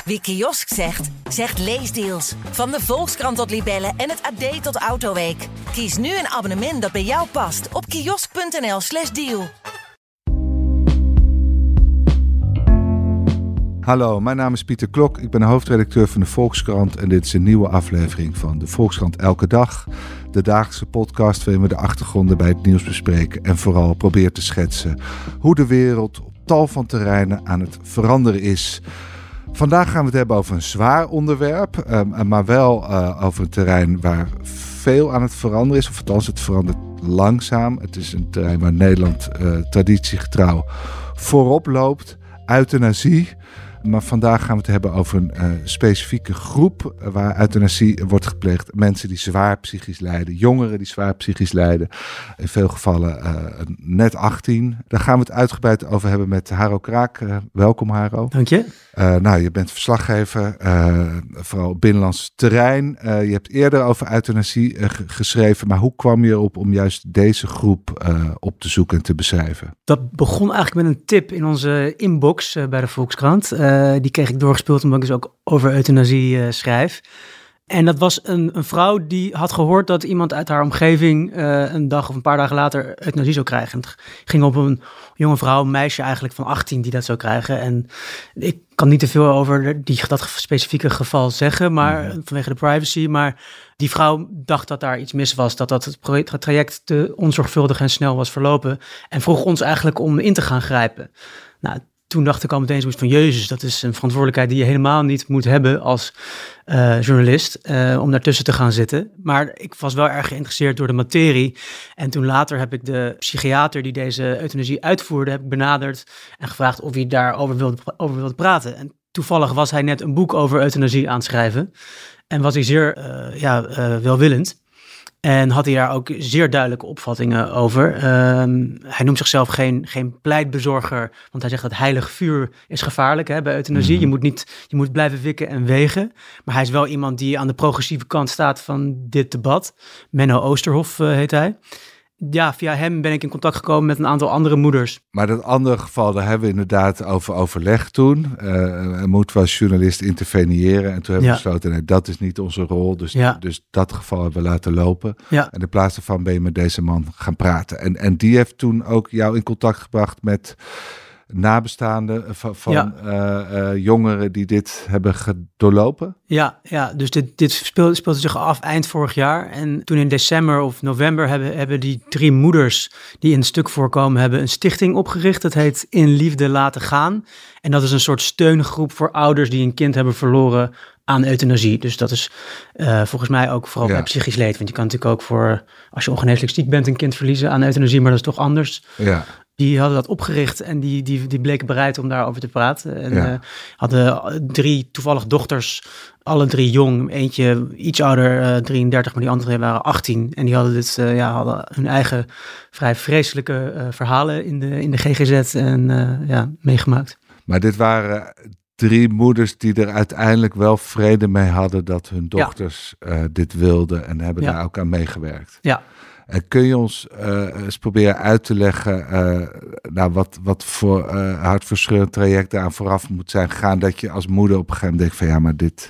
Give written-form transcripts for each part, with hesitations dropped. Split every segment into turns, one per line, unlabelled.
Wie kiosk zegt, zegt leesdeals. Van de Volkskrant tot Libellen en het AD tot Autoweek. Kies nu een abonnement dat bij jou past op kiosk.nl/deal.
Hallo, mijn naam is Pieter Klok. Ik ben de hoofdredacteur van de Volkskrant en dit is een nieuwe aflevering van de Volkskrant Elke Dag. De dagelijkse podcast waarin we de achtergronden bij het nieuws bespreken en vooral proberen te schetsen hoe de wereld op tal van terreinen aan het veranderen is. Vandaag gaan we het hebben over een zwaar onderwerp, maar wel over een terrein waar veel aan het veranderen is. Of althans, het verandert langzaam. Het is een terrein waar Nederland traditiegetrouw voorop loopt. Euthanasie. Maar vandaag gaan we het hebben over een specifieke groep waar euthanasie wordt gepleegd. Mensen die zwaar psychisch lijden, jongeren die zwaar psychisch lijden. In veel gevallen net 18. Daar gaan we het uitgebreid over hebben met Haro Kraak. Welkom Haro.
Dank je.
Je bent verslaggever, vooral binnenlands terrein. Je hebt eerder over euthanasie geschreven. Maar hoe kwam je erop om juist deze groep op te zoeken en te beschrijven?
Dat begon eigenlijk met een tip in onze inbox bij de Volkskrant. Die kreeg ik doorgespeeld omdat ik dus ook over euthanasie schrijf. En dat was een vrouw die had gehoord dat iemand uit haar omgeving een dag of een paar dagen later euthanasie zou krijgen. Het ging op een jonge vrouw, een meisje eigenlijk van 18 die dat zou krijgen. En ik kan niet te veel over dat specifieke geval zeggen, maar vanwege de privacy. Maar die vrouw dacht dat daar iets mis was, dat het traject te onzorgvuldig en snel was verlopen. En vroeg ons eigenlijk om in te gaan grijpen. Nou, toen dacht ik al meteen zoiets van, Jezus, dat is een verantwoordelijkheid die je helemaal niet moet hebben als journalist, om daartussen te gaan zitten. Maar ik was wel erg geïnteresseerd door de materie. En toen later heb ik de psychiater die deze euthanasie uitvoerde, heb ik benaderd en gevraagd of hij daarover wilde praten. En toevallig was hij net een boek over euthanasie aan het schrijven. En was hij zeer welwillend. En had hij daar ook zeer duidelijke opvattingen over. Hij noemt zichzelf geen pleitbezorger, want hij zegt dat heilig vuur is gevaarlijk bij euthanasie. Je moet blijven wikken en wegen. Maar hij is wel iemand die aan de progressieve kant staat van dit debat. Menno Oosterhof heet hij. Ja, via hem ben ik in contact gekomen met een aantal andere moeders.
Maar dat andere geval, daar hebben we inderdaad over overlegd toen. Moeten we als journalist interveneren? En toen hebben we besloten, nee, dat is niet onze rol. Dus dat geval hebben we laten lopen. Ja. En in plaats daarvan ben je met deze man gaan praten. En die heeft toen ook jou in contact gebracht met nabestaanden van jongeren die dit hebben doorlopen? Ja,
dus dit speelde zich af eind vorig jaar. En toen in december of november hebben die 3 moeders die in het stuk voorkomen, hebben een stichting opgericht. Dat heet In Liefde Laten Gaan. En dat is een soort steungroep voor ouders die een kind hebben verloren aan euthanasie. Dus dat is volgens mij ook vooral bij psychisch leed. Want je kan natuurlijk ook voor, als je ongeneeslijk ziek bent, een kind verliezen aan euthanasie, maar dat is toch anders. Ja. Die hadden dat opgericht en die bleken bereid om daarover te praten. En hadden 3 toevallig dochters, alle 3 jong. Eentje iets ouder, 33, maar die andere waren 18. En die hadden hadden hun eigen vrij vreselijke verhalen in de GGZ meegemaakt.
Maar dit waren 3 moeders die er uiteindelijk wel vrede mee hadden dat hun dochters dit wilden en hebben daar ook aan meegewerkt. Ja. Kun je ons eens proberen uit te leggen wat voor hartverscheurend traject daar aan vooraf moet zijn gegaan, dat je als moeder op een gegeven moment denkt van maar dit,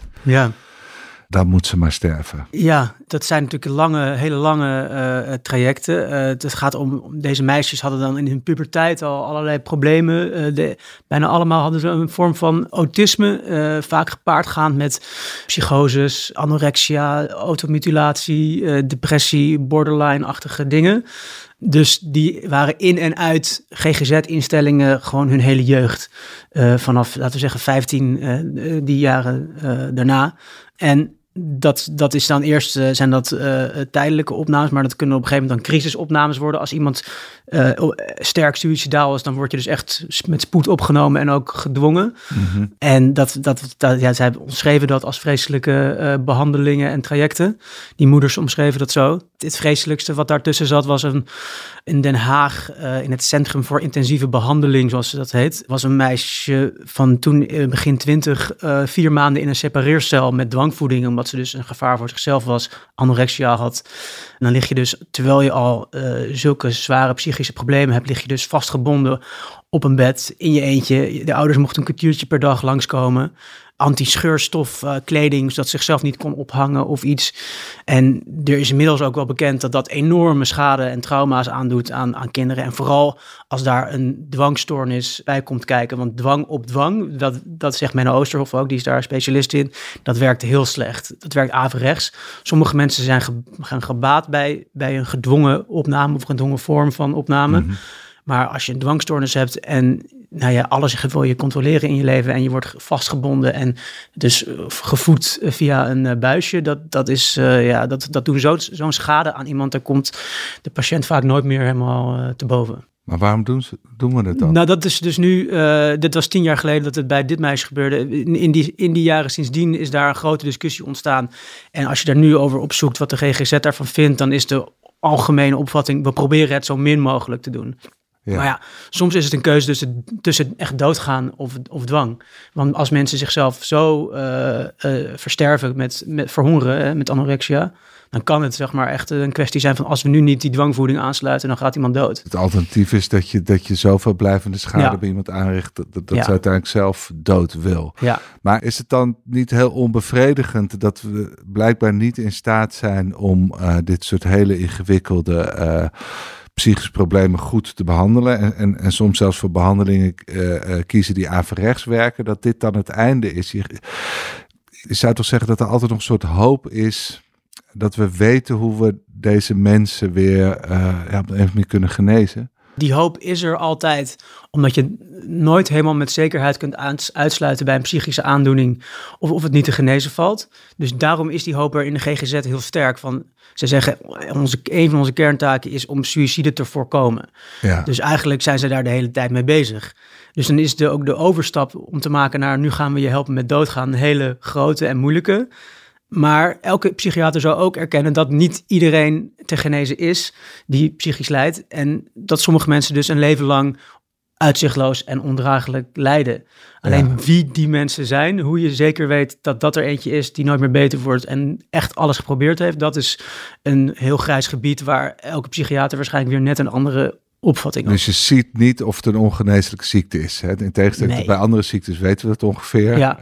dan moet ze maar sterven. Ja,
dat zijn natuurlijk hele lange trajecten. Het gaat om, deze meisjes hadden dan in hun puberteit al allerlei problemen. Bijna allemaal hadden ze een vorm van autisme, vaak gepaard gaand met psychoses, anorexia, automutilatie, depressie, borderline-achtige dingen. Dus die waren in en uit GGZ-instellingen gewoon hun hele jeugd. Vanaf, laten we zeggen, 15 die jaren daarna. En dat is dan eerst, zijn dat tijdelijke opnames, maar dat kunnen op een gegeven moment dan crisisopnames worden. Als iemand sterk suïcidaal is, dan word je dus echt met spoed opgenomen en ook gedwongen. Mm-hmm. En zij omschreven dat als vreselijke behandelingen en trajecten. Die moeders omschreven dat zo. Het vreselijkste wat daartussen zat was in Den Haag, in het Centrum voor Intensieve Behandeling, zoals ze dat heet, was een meisje van toen begin 20, 4 maanden in een separeercel met dwangvoeding, omdat ze dus een gevaar voor zichzelf was, anorexia had. En dan lig je dus, terwijl je al zulke zware psychische problemen hebt, lig je dus vastgebonden op een bed in je eentje. De ouders mochten een kwartiertje per dag langskomen. anti-scheurstof kleding, zodat zichzelf niet kon ophangen of iets. En er is inmiddels ook wel bekend dat dat enorme schade en trauma's aandoet aan kinderen. En vooral als daar een dwangstoornis bij komt kijken. Want dwang op dwang, dat zegt Menno Oosterhoff ook, die is daar specialist in, dat werkt heel slecht. Dat werkt averechts. Sommige mensen zijn gaan gebaat bij een gedwongen opname of een gedwongen vorm van opname. Mm-hmm. Maar als je een dwangstoornis hebt en alles wil je controleren in je leven en je wordt vastgebonden en dus gevoed via een buisje, dat doen zo'n schade aan iemand. Daar komt de patiënt vaak nooit meer helemaal te boven.
Maar waarom doen we dat dan?
Nou, dat is dus nu, dit was 10 jaar geleden dat het bij dit meisje gebeurde. In die jaren sindsdien is daar een grote discussie ontstaan. En als je daar nu over opzoekt wat de GGZ daarvan vindt, dan is de algemene opvatting, we proberen het zo min mogelijk te doen. Ja. Maar soms is het een keuze tussen echt doodgaan of dwang. Want als mensen zichzelf zo versterven met verhongeren, met anorexia, dan kan het echt een kwestie zijn van als we nu niet die dwangvoeding aansluiten, dan gaat iemand dood.
Het alternatief is dat je zoveel blijvende schade bij iemand aanricht dat ze uiteindelijk zelf dood wil. Ja. Maar is het dan niet heel onbevredigend dat we blijkbaar niet in staat zijn om dit soort hele ingewikkelde psychische problemen goed te behandelen en soms zelfs voor behandelingen kiezen die averechts werken, dat dit dan het einde is? Je zou toch zeggen dat er altijd nog een soort hoop is dat we weten hoe we deze mensen weer op een of andere manier kunnen genezen?
Die hoop is er altijd, omdat je nooit helemaal met zekerheid kunt uitsluiten bij een psychische aandoening of het niet te genezen valt. Dus daarom is die hoop er in de GGZ heel sterk. Ze zeggen, een van onze kerntaken is om suïcide te voorkomen. Ja. Dus eigenlijk zijn ze daar de hele tijd mee bezig. Dus dan is ook de overstap om te maken naar nu gaan we je helpen met doodgaan een hele grote en moeilijke. Maar elke psychiater zou ook erkennen dat niet iedereen te genezen is die psychisch lijdt. En dat sommige mensen dus een leven lang uitzichtloos en ondraaglijk lijden. Alleen wie die mensen zijn, hoe je zeker weet dat er eentje is die nooit meer beter wordt en echt alles geprobeerd heeft, dat is een heel grijs gebied waar elke psychiater waarschijnlijk weer net een andere opvatting.
Dus je ziet niet of het een ongeneeslijke ziekte is. Hè? In tegenstelling bij andere ziektes weten we het ongeveer. Ja.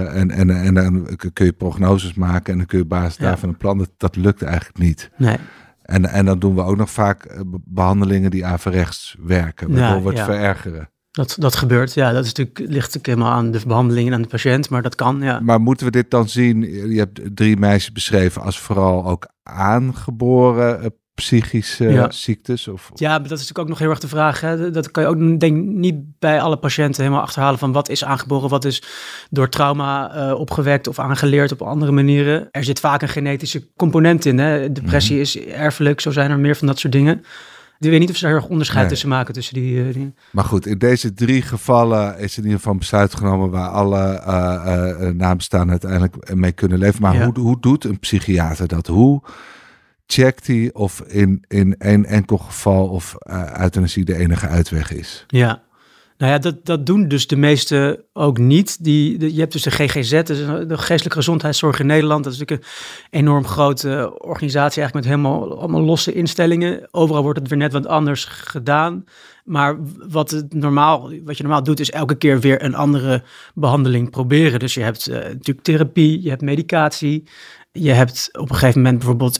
En dan kun je prognoses maken en dan kun je op basis daarvan een plan. Dat lukt eigenlijk niet. Nee. En dan doen we ook nog vaak behandelingen die averechts werken, waardoor we het verergeren.
Dat gebeurt, ligt natuurlijk helemaal aan de behandeling en aan de patiënt, maar dat kan, ja.
Maar moeten we dit dan zien, je hebt 3 meisjes beschreven als vooral ook aangeboren psychische ziektes?
Ja, maar dat is natuurlijk ook nog heel erg de vraag. Hè? Dat kan je ook niet bij alle patiënten helemaal achterhalen van wat is aangeboren, wat is door trauma opgewekt of aangeleerd op andere manieren. Er zit vaak een genetische component in. Hè? Depressie is erfelijk, zo zijn er meer van dat soort dingen. Ik weet niet of ze daar erg onderscheid tussen maken tussen die dingen.
Maar goed, in deze 3 gevallen is in ieder geval een besluit genomen waar alle nabestaanden uiteindelijk mee kunnen leven. Maar hoe doet een psychiater dat? Hoe checkt hij of in één enkel geval of euthanasie de enige uitweg is?
Ja, nou ja, dat doen dus de meesten ook niet. Je hebt dus de GGZ, dus de Geestelijke Gezondheidszorg in Nederland. Dat is natuurlijk een enorm grote organisatie, eigenlijk met allemaal losse instellingen. Overal wordt het weer net wat anders gedaan. Maar wat je normaal doet, is elke keer weer een andere behandeling proberen. Dus je hebt natuurlijk therapie, je hebt medicatie. Je hebt op een gegeven moment bijvoorbeeld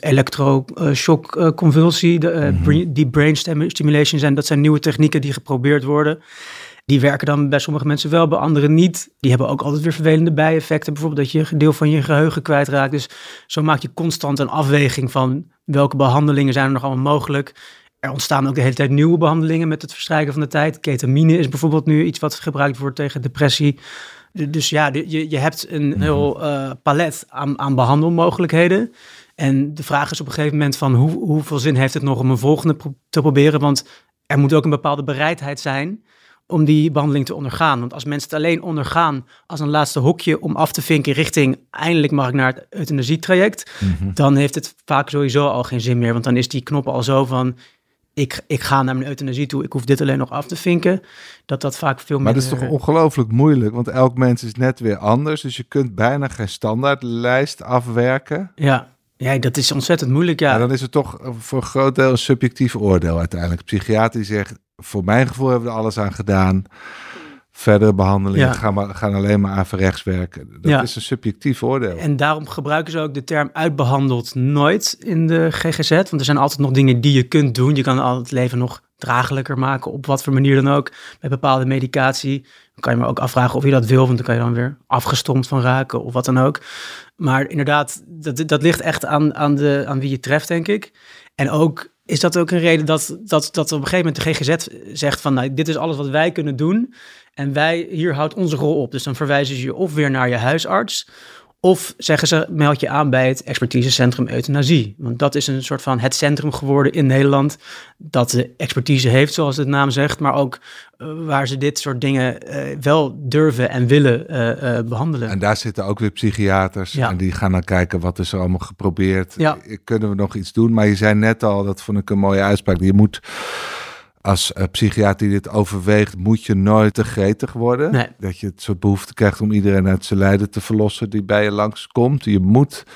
elektroshockconvulsie, die brain stimulation dat zijn nieuwe technieken die geprobeerd worden. Die werken dan bij sommige mensen wel, bij anderen niet. Die hebben ook altijd weer vervelende bijeffecten. Bijvoorbeeld dat je een deel van je geheugen kwijtraakt. Dus zo maak je constant een afweging van welke behandelingen zijn er nog allemaal mogelijk. Er ontstaan ook de hele tijd nieuwe behandelingen met het verstrijken van de tijd. Ketamine is bijvoorbeeld nu iets wat gebruikt wordt tegen depressie. Dus ja, je hebt een heel palet aan behandelmogelijkheden. En de vraag is op een gegeven moment van hoeveel zin heeft het nog om een volgende te proberen? Want er moet ook een bepaalde bereidheid zijn om die behandeling te ondergaan. Want als mensen het alleen ondergaan als een laatste hokje om af te vinken richting eindelijk mag ik naar het euthanasietraject, dan heeft het vaak sowieso al geen zin meer. Want dan is die knop al zo van ik ga naar mijn euthanasie toe, ik hoef dit alleen nog af te vinken, dat vaak veel meer.
Maar dat is toch ongelooflijk moeilijk, want elk mens is net weer anders, dus je kunt bijna geen standaardlijst afwerken.
Ja, dat is ontzettend moeilijk, ja.
Maar dan is het toch voor een groot deel een subjectief oordeel uiteindelijk. Psychiater die zegt, voor mijn gevoel hebben we er alles aan gedaan. verdere behandelingen gaan alleen maar averechts werken. Dat is een subjectief oordeel.
En daarom gebruiken ze ook de term uitbehandeld nooit in de GGZ. Want er zijn altijd nog dingen die je kunt doen. Je kan al het leven nog draaglijker maken, op wat voor manier dan ook. Met bepaalde medicatie. Dan kan je me ook afvragen of je dat wil, want dan kan je dan weer afgestompt van raken of wat dan ook. Maar inderdaad, dat ligt echt aan wie je treft, denk ik. En ook is dat ook een reden dat op een gegeven moment de GGZ zegt van, nou, dit is alles wat wij kunnen doen. En hier houdt onze rol op. Dus dan verwijzen ze je of weer naar je huisarts, of zeggen ze, meld je aan bij het expertisecentrum euthanasie. Want dat is een soort van het centrum geworden in Nederland dat de expertise heeft, zoals de naam zegt, maar ook waar ze dit soort dingen wel durven en willen behandelen.
En daar zitten ook weer psychiaters en die gaan dan kijken wat is er allemaal geprobeerd. Ja. Kunnen we nog iets doen? Maar je zei net al, dat vond ik een mooie uitspraak, je moet als psychiater die dit overweegt, moet je nooit te gretig worden. Nee. Dat je het soort behoefte krijgt om iedereen uit zijn lijden te verlossen die bij je langskomt. Je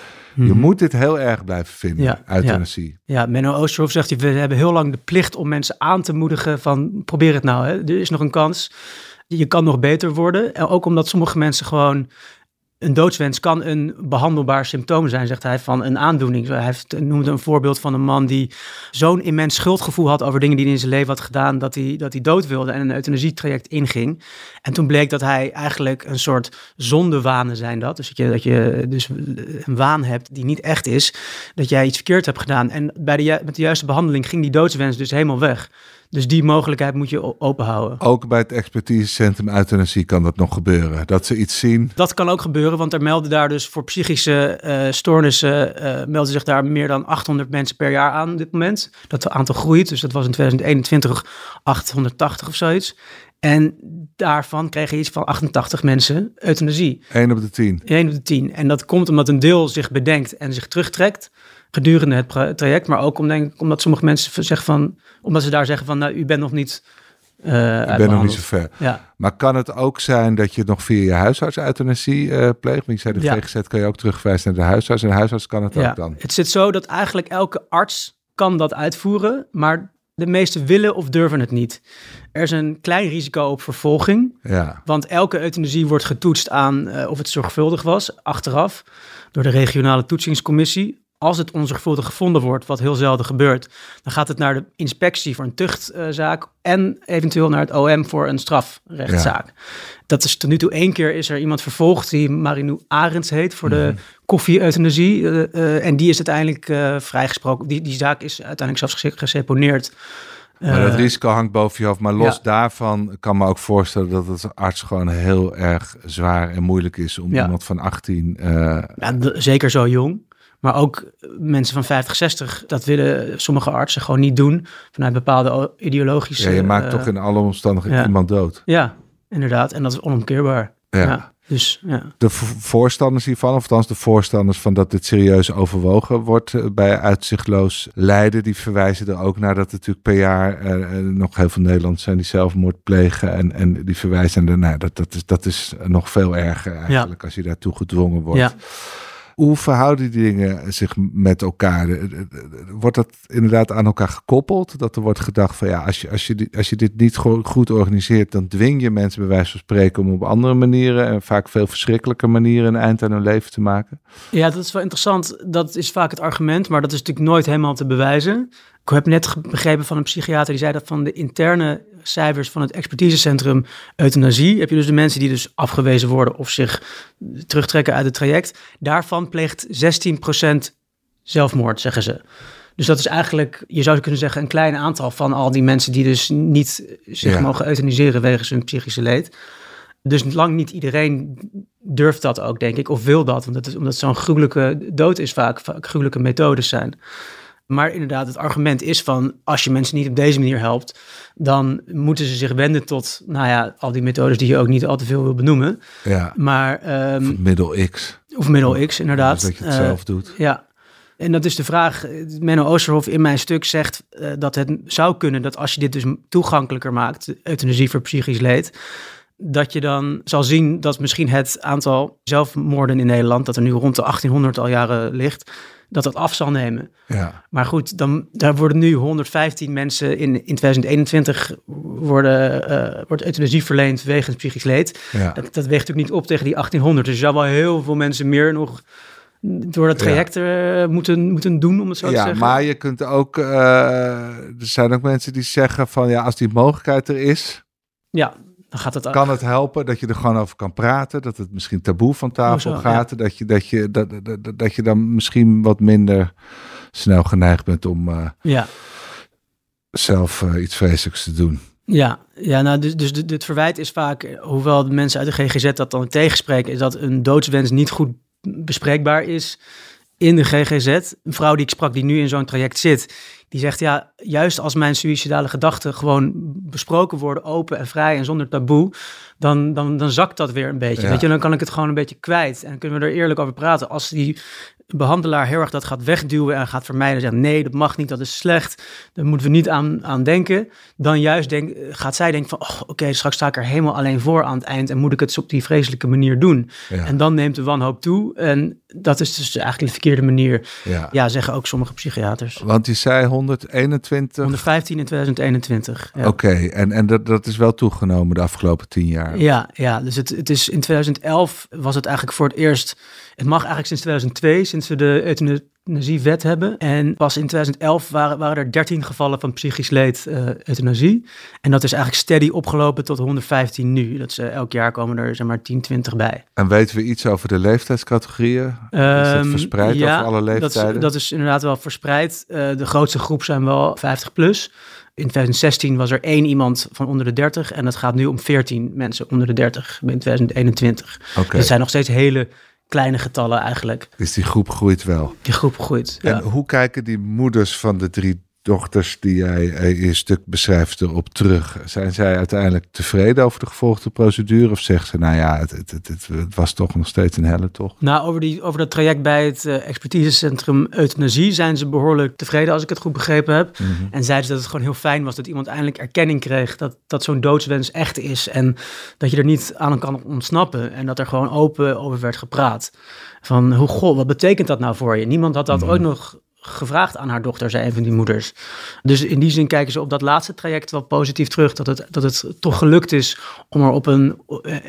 moet dit heel erg blijven vinden, euthanasie.
Ja, Menno Oosterhoff zegt, we hebben heel lang de plicht om mensen aan te moedigen van, probeer het nou, hè. Er is nog een kans. Je kan nog beter worden. En ook omdat sommige mensen gewoon, een doodswens kan een behandelbaar symptoom zijn, zegt hij, van een aandoening. Hij noemde een voorbeeld van een man die zo'n immens schuldgevoel had over dingen die hij in zijn leven had gedaan, dat hij dood wilde en een euthanasietraject inging. En toen bleek dat hij eigenlijk een soort zondewanen zijn dat. Dus dat je dus een waan hebt die niet echt is, dat jij iets verkeerd hebt gedaan. En met de juiste behandeling ging die doodswens dus helemaal weg. Dus die mogelijkheid moet je openhouden.
Ook bij het expertisecentrum euthanasie kan dat nog gebeuren. Dat ze iets zien.
Dat kan ook gebeuren, want er melden daar dus voor psychische stoornissen melden zich daar meer dan 800 mensen per jaar aan op dit moment. Dat aantal groeit, dus dat was in 2021 880 of zoiets. En daarvan kregen iets van 88 mensen euthanasie.
1 op de 10.
1 op de 10. En dat komt omdat een deel zich bedenkt en zich terugtrekt gedurende het traject, maar ook omdat sommige mensen zeggen omdat ze daar zeggen van, nou, u bent nog niet
ik ben nog niet zo ver. Ja. Maar kan het ook zijn dat je nog via je huisarts euthanasie pleegt? Want je zei, de GGZ kan je ook terugverwijzen naar de huisarts. En de huisarts kan het ook dan.
Het zit zo dat eigenlijk elke arts kan dat uitvoeren, maar de meesten willen of durven het niet. Er is een klein risico op vervolging. Ja. Want elke euthanasie wordt getoetst aan of het zorgvuldig was, achteraf, door de regionale toetsingscommissie. Als het onzorgvuldig gevonden wordt, wat heel zelden gebeurt, dan gaat het naar de inspectie voor een tuchtzaak en eventueel naar het OM voor een strafrechtszaak. Ja. Dat is tot nu toe 1 keer is er iemand vervolgd die Marinou Arends heet voor de koffie-euthanasie. En die is uiteindelijk vrijgesproken. Die zaak is uiteindelijk zelfs geseponeerd.
Maar dat risico hangt boven je hoofd. Maar los daarvan kan me ook voorstellen dat het als arts gewoon heel erg zwaar en moeilijk is om iemand van 18...
Zeker zo jong. Maar ook mensen van 50, 60, dat willen sommige artsen gewoon niet doen vanuit bepaalde ideologische...
Ja, je maakt toch in alle omstandigheden iemand dood.
Ja, inderdaad. En dat is onomkeerbaar. Ja. Dus,
de voorstanders hiervan, of althans de voorstanders van dat dit serieus overwogen wordt bij uitzichtloos lijden, die verwijzen er ook naar dat natuurlijk per jaar nog heel veel Nederlanders zijn die zelfmoord plegen en die verwijzen er naar. Dat is nog veel erger eigenlijk als je daartoe gedwongen wordt. Ja. Hoe verhouden die dingen zich met elkaar? Wordt dat inderdaad aan elkaar gekoppeld? Dat er wordt gedacht van als je dit niet goed organiseert, dan dwing je mensen bij wijze van spreken om op andere manieren en vaak veel verschrikkelijke manieren een eind aan hun leven te maken?
Ja, dat is wel interessant. Dat is vaak het argument, maar dat is natuurlijk nooit helemaal te bewijzen. Ik heb net begrepen van een psychiater die zei dat van de interne cijfers van het expertisecentrum euthanasie heb je dus de mensen die dus afgewezen worden of zich terugtrekken uit het traject. Daarvan pleegt 16% zelfmoord, zeggen ze. Dus dat is eigenlijk, je zou kunnen zeggen, een klein aantal van al die mensen die dus niet zich mogen euthaniseren wegens hun psychische leed. Dus lang niet iedereen durft dat ook, denk ik, of wil dat. Omdat het zo'n gruwelijke dood is vaak gruwelijke methodes zijn. Maar inderdaad, het argument is van, als je mensen niet op deze manier helpt, dan moeten ze zich wenden tot, al die methodes die je ook niet al te veel wil benoemen.
Ja,
maar,
middel X.
Of middel X, inderdaad.
Dus dat je het zelf doet.
Ja, en dat is de vraag. Menno Oosterhoff in mijn stuk zegt dat het zou kunnen dat als je dit dus toegankelijker maakt, euthanasie voor psychisch leed, dat je dan zal zien dat misschien het aantal zelfmoorden in Nederland, dat er nu rond de 1800 al jaren ligt, dat af zal nemen.
Ja.
Maar goed, daar worden nu 115 mensen in 2021 wordt euthanasie verleend wegens psychisch leed.
Ja.
Dat weegt natuurlijk niet op tegen die 1800. Dus je zou wel heel veel mensen meer nog door dat traject moeten doen, om het zo te zeggen.
Ja, maar je kunt ook... er zijn ook mensen die zeggen van... als die mogelijkheid er is...
Ja, dan gaat het...
Kan het helpen dat je er gewoon over kan praten? Dat het misschien taboe van tafel gaat? Ja. Dat je dan misschien wat minder snel geneigd bent om zelf iets vreselijks te doen.
Ja, nou, dus het verwijt is vaak, hoewel de mensen uit de GGZ dat dan tegenspreken, is dat een doodswens niet goed bespreekbaar is in de GGZ. Een vrouw die ik sprak die nu in zo'n traject zit, die zegt juist als mijn suïcidale gedachten gewoon besproken worden, open en vrij en zonder taboe, dan zakt dat weer een beetje. Ja. Weet je, dan kan ik het gewoon een beetje kwijt en kunnen we er eerlijk over praten. Als die behandelaar heel erg dat gaat wegduwen en gaat vermijden, zegt nee, dat mag niet, dat is slecht, daar moeten we niet aan denken. Dan juist gaat zij denken van, oké, straks sta ik er helemaal alleen voor aan het eind en moet ik het op die vreselijke manier doen. Ja. En dan neemt de wanhoop toe en dat is dus eigenlijk de verkeerde manier. Ja, zeggen ook sommige psychiaters.
Want die zei 115
in 2021. Ja.
Oké, en dat is wel toegenomen de afgelopen 10 jaar.
Ja, dus het is in 2011 was het eigenlijk voor het eerst. Het mag eigenlijk sinds 2002, sinds we de euthanasiewet hebben. En pas in 2011 waren er 13 gevallen van psychisch leed euthanasie. En dat is eigenlijk steady opgelopen tot 115 nu. Dat is, elk jaar komen er zeg maar 10, 20 bij. En
weten we iets over de leeftijdscategorieën? Is dat verspreid over alle leeftijden?
Dat is inderdaad wel verspreid. De grootste groep zijn wel 50 plus. In 2016 was er 1 iemand van onder de 30 en het gaat nu om 14 mensen onder de 30 in 2021. Okay. Dus het zijn nog steeds hele kleine getallen eigenlijk.
Dus die groep groeit wel?
Die groep groeit, ja.
En hoe kijken die moeders van de 3 dochters die jij in je stuk beschrijft erop terug? Zijn zij uiteindelijk tevreden over de gevolgde procedure? Of zeggen ze, het was toch nog steeds een helle tocht? Nou,
over dat traject bij het expertisecentrum euthanasie zijn ze behoorlijk tevreden, als ik het goed begrepen heb. Mm-hmm. En zeiden ze dat het gewoon heel fijn was dat iemand eindelijk erkenning kreeg dat zo'n doodswens echt is. En dat je er niet aan kan ontsnappen. En dat er gewoon open over werd gepraat. Van, wat betekent dat nou voor je? Niemand had dat ooit nog gevraagd aan haar dochter, zei een van die moeders. Dus in die zin kijken ze op dat laatste traject wel positief terug, dat het toch gelukt is om er op een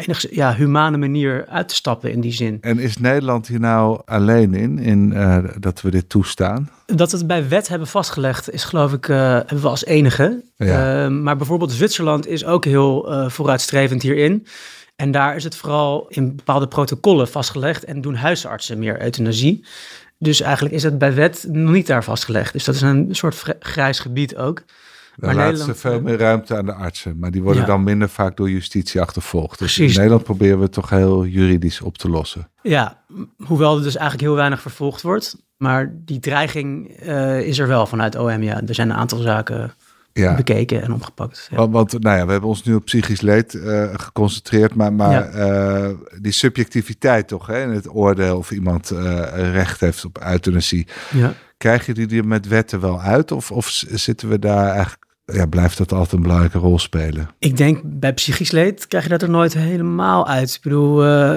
humane manier uit te stappen in die zin.
En is Nederland hier nou alleen in dat we dit toestaan?
Dat we het bij wet hebben vastgelegd is, geloof ik, hebben we als enige. Ja. Maar bijvoorbeeld Zwitserland is ook heel vooruitstrevend hierin. En daar is het vooral in bepaalde protocollen vastgelegd en doen huisartsen meer euthanasie. Dus eigenlijk is het bij wet nog niet daar vastgelegd. Dus dat is een soort grijs gebied ook.
Dan laten ze veel meer ruimte aan de artsen. Maar die worden dan minder vaak door justitie achtervolgd. Dus in Nederland proberen we het toch heel juridisch op te lossen. Ja,
hoewel er dus eigenlijk heel weinig vervolgd wordt. Maar die dreiging is er wel vanuit OM. Ja. Er zijn een aantal zaken bekeken en opgepakt.
Ja. Want we hebben ons nu op psychisch leed geconcentreerd. Maar die subjectiviteit toch, hè, in het oordeel of iemand recht heeft op euthanasie. Ja. Krijg je die er met wetten wel uit? Of zitten we daar eigenlijk... blijft dat altijd een belangrijke rol spelen?
Ik denk bij psychisch leed krijg je dat er nooit helemaal uit. Ik bedoel,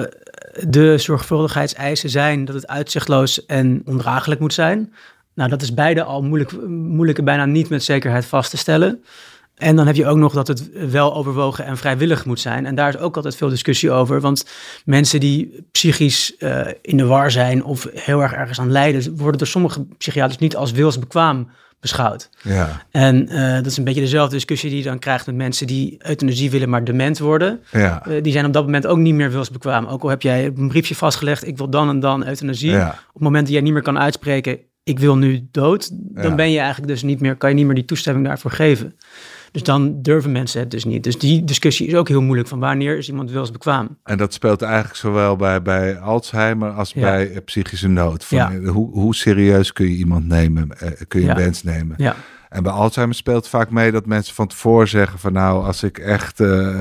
de zorgvuldigheidseisen zijn dat het uitzichtloos en ondraaglijk moet zijn. Nou, dat is beide al moeilijk bijna niet met zekerheid vast te stellen. En dan heb je ook nog dat het wel overwogen en vrijwillig moet zijn. En daar is ook altijd veel discussie over. Want mensen die psychisch in de war zijn of heel erg ergens aan lijden, worden door sommige psychiaters niet als wilsbekwaam beschouwd. Ja. En dat is een beetje dezelfde discussie die je dan krijgt met mensen die euthanasie willen, maar dement worden. Ja. Die zijn op dat moment ook niet meer wilsbekwaam. Ook al heb jij een briefje vastgelegd, ik wil dan en dan euthanasie. Ja. Op het moment dat jij niet meer kan uitspreken, ik wil nu dood, dan ben je eigenlijk dus niet meer, kan je niet meer die toestemming daarvoor geven. Dus dan durven mensen het dus niet. Dus die discussie is ook heel moeilijk, van wanneer is iemand wilsbekwaam.
En dat speelt eigenlijk zowel bij Alzheimer als bij psychische nood. Hoe serieus kun je iemand nemen? Kun je een wens nemen? Ja. En bij Alzheimer speelt vaak mee dat mensen van tevoren zeggen van als ik echt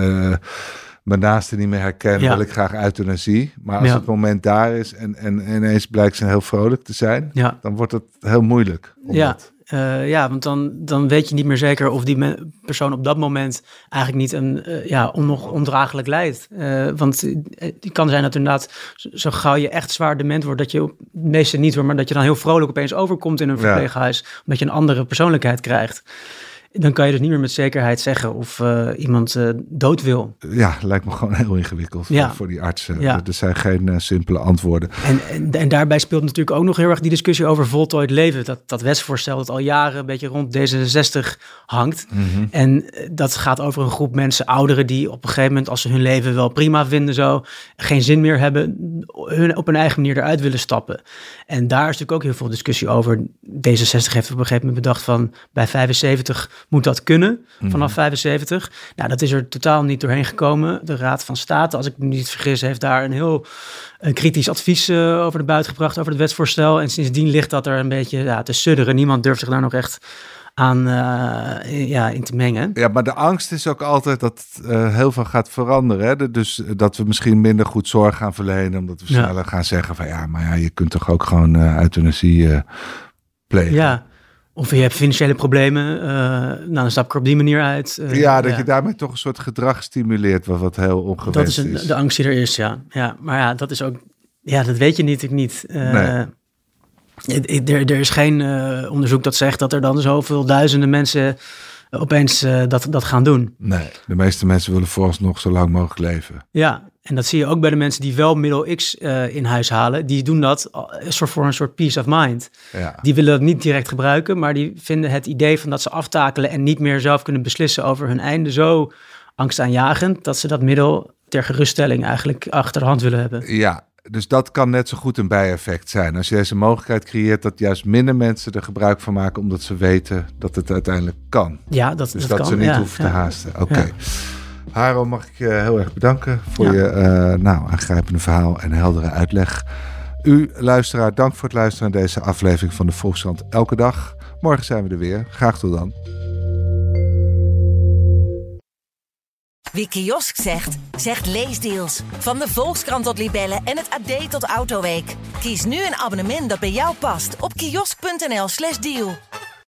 mijn naaste niet meer herken, wil ik graag euthanasie. Maar als het moment daar is en ineens blijkt ze heel vrolijk te zijn, dan wordt het heel moeilijk.
Want dan weet je niet meer zeker of die persoon op dat moment eigenlijk niet nog ondraaglijk lijdt. Want het kan zijn dat inderdaad zo gauw je echt zwaar dement wordt, dat je op de meeste niet hoor, maar dat je dan heel vrolijk opeens overkomt in een verpleeghuis, omdat je een andere persoonlijkheid krijgt. Dan kan je dus niet meer met zekerheid zeggen of iemand dood wil.
Ja, lijkt me gewoon heel ingewikkeld voor die artsen. Ja. Er zijn geen simpele antwoorden.
En daarbij speelt natuurlijk ook nog heel erg die discussie over voltooid leven. Dat wetsvoorstel dat al jaren een beetje rond D66 hangt. Mm-hmm. En dat gaat over een groep mensen, ouderen, die op een gegeven moment, als ze hun leven wel prima vinden, zo geen zin meer hebben, op een eigen manier eruit willen stappen. En daar is natuurlijk ook heel veel discussie over. D66 heeft op een gegeven moment bedacht van bij 75 moet dat kunnen, vanaf 75. Nou, dat is er totaal niet doorheen gekomen. De Raad van State, als ik me niet vergis, heeft daar een heel kritisch advies over de buit gebracht over het wetsvoorstel. En sindsdien ligt dat er een beetje te sudderen. Niemand durft zich daar nog echt aan in te mengen. Ja,
maar de angst is ook altijd dat heel veel gaat veranderen. Hè? Dus dat we misschien minder goed zorg gaan verlenen, omdat we sneller gaan zeggen van je kunt toch ook gewoon euthanasie plegen.
Ja. Of je hebt financiële problemen, dan stap ik er op die manier uit.
Dat je daarmee toch een soort gedrag stimuleert wat heel ongewenst is.
Dat is de angst die er is, ja. Maar dat is ook, dat weet je natuurlijk niet. Nee. Er is geen onderzoek dat zegt dat er dan zoveel duizenden mensen opeens dat gaan doen.
Nee, de meeste mensen willen vooralsnog zo lang mogelijk leven.
Ja, en dat zie je ook bij de mensen die wel middel X in huis halen. Die doen dat voor een soort peace of mind. Ja. Die willen dat niet direct gebruiken, maar die vinden het idee van dat ze aftakelen en niet meer zelf kunnen beslissen over hun einde zo angstaanjagend, dat ze dat middel ter geruststelling eigenlijk achter de hand willen hebben.
Ja. Dus dat kan net zo goed een bijeffect zijn. Als je deze mogelijkheid creëert dat juist minder mensen er gebruik van maken, omdat ze weten dat het uiteindelijk kan.
Ja, dat kan.
Ze niet hoeven te haasten. Oké. Ja. Haro, mag ik je heel erg bedanken voor je aangrijpende verhaal en heldere uitleg. U, luisteraar, dank voor het luisteren naar deze aflevering van de Volkskrant Elke Dag. Morgen zijn we er weer. Graag tot dan.
Wie kiosk zegt, zegt leesdeals. Van de Volkskrant tot Libellen en het AD tot Autoweek. Kies nu een abonnement dat bij jou past op kiosk.nl/deal.